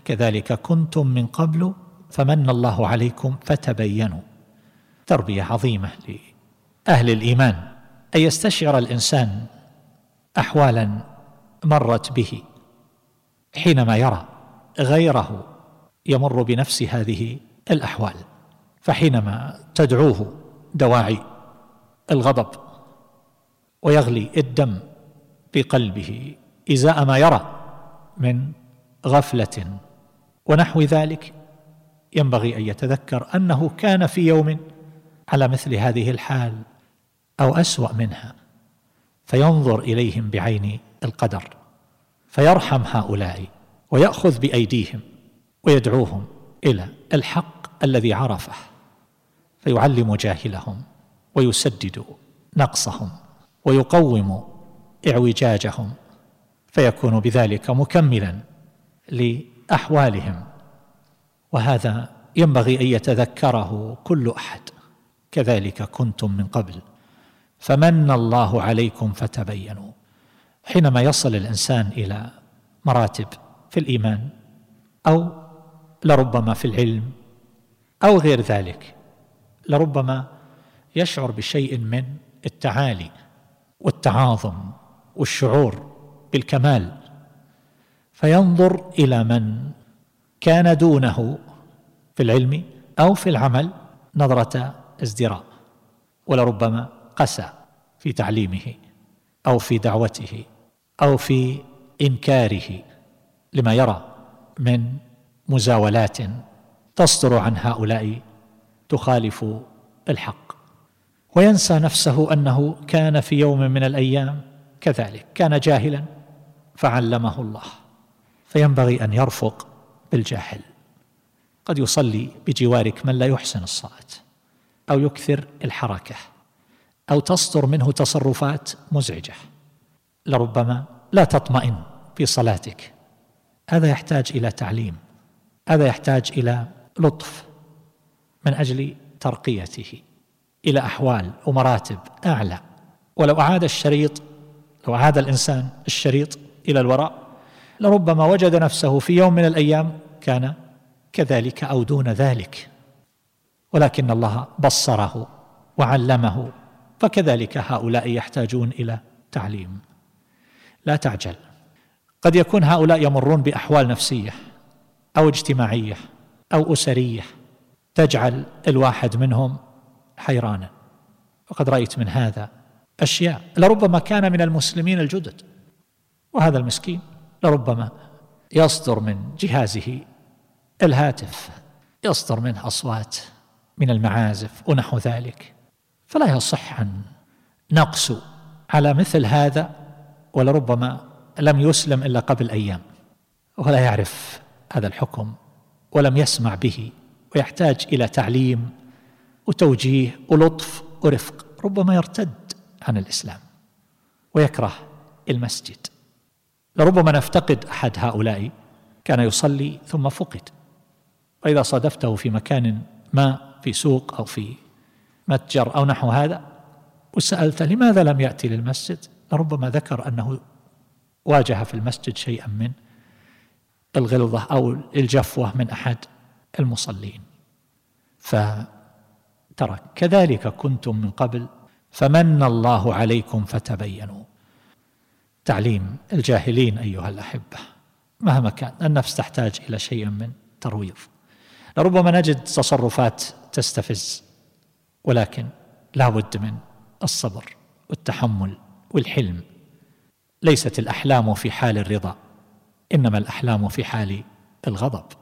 كذلك كنتم من قبل فمن الله عليكم فتبينوا. تربية عظيمة لأهل الإيمان، أن يستشعر الإنسان أحوالا مرت به حينما يرى غيره يمر بنفس هذه الأحوال، فحينما تدعوه دواعي الغضب ويغلي الدم بقلبه إزاء ما يرى من غفلة ونحو ذلك، ينبغي أن يتذكر أنه كان في يوم على مثل هذه الحال أو أسوأ منها، فينظر إليهم بعين القدر، فيرحم هؤلاء ويأخذ بأيديهم ويدعوهم إلى الحق الذي عرفه، فيعلم جاهلهم ويسدد نقصهم ويقوم إعوجاجهم، فيكون بذلك مكملا لأحوالهم. وهذا ينبغي أن يتذكره كل أحد. كذلك كنتم من قبل فمن الله عليكم فتبينوا. حينما يصل الإنسان إلى مراتب في الإيمان أو لربما في العلم أو غير ذلك، لربما يشعر بشيء من التعالي والتعاظم والشعور بالكمال، فينظر إلى من كان دونه في العلم أو في العمل نظرة ازدراء، ولربما قسى في تعليمه أو في دعوته أو في إنكاره لما يرى من مزاولات تصدر عن هؤلاء تخالف الحق، وينسى نفسه أنه كان في يوم من الأيام كذلك، كان جاهلا فعلمه الله. فينبغي أن يرفق بالجاهل. قد يصلي بجوارك من لا يحسن الصلاة أو يكثر الحركة أو تصدر منه تصرفات مزعجة، لربما لا تطمئن في صلاتك. هذا يحتاج إلى تعليم، هذا يحتاج إلى لطف من أجل ترقيته إلى أحوال ومراتب أعلى. ولو أعاد الإنسان الشريط إلى الوراء لربما وجد نفسه في يوم من الأيام كان كذلك أو دون ذلك، ولكن الله بصره وعلمه. فكذلك هؤلاء يحتاجون إلى تعليم. لا تعجل، قد يكون هؤلاء يمرون بأحوال نفسية أو اجتماعية أو أسرية تجعل الواحد منهم حيرانا، وقد رأيت من هذا أشياء. لربما كان من المسلمين الجدد، وهذا المسكين لربما يصدر من جهازه الهاتف يصدر منه أصوات من المعازف ونحو ذلك، فلا يصح أن نقسو على مثل هذا، ولربما لم يسلم إلا قبل أيام ولا يعرف هذا الحكم ولم يسمع به، ويحتاج إلى تعليم وتوجيه ولطف ورفق. ربما يرتد عن الإسلام ويكره المسجد. لربما نفتقد أحد هؤلاء كان يصلي ثم فقد، وإذا صادفته في مكان ما في سوق أو في متجر أو نحو هذا وسألت لماذا لم يأتي للمسجد، لربما ذكر أنه واجه في المسجد شيئا من الغلظة أو الجفوة من أحد المصلين. فترك. كذلك كنتم من قبل فمن الله عليكم فتبينوا. تعليم الجاهلين أيها الأحبة مهما كان، النفس تحتاج إلى شيء من ترويض. لربما نجد تصرفات تستفز، ولكن لا بد من الصبر والتحمل والحلم. ليست الأحلام في حال الرضا، إنما الأحلام في حال الغضب.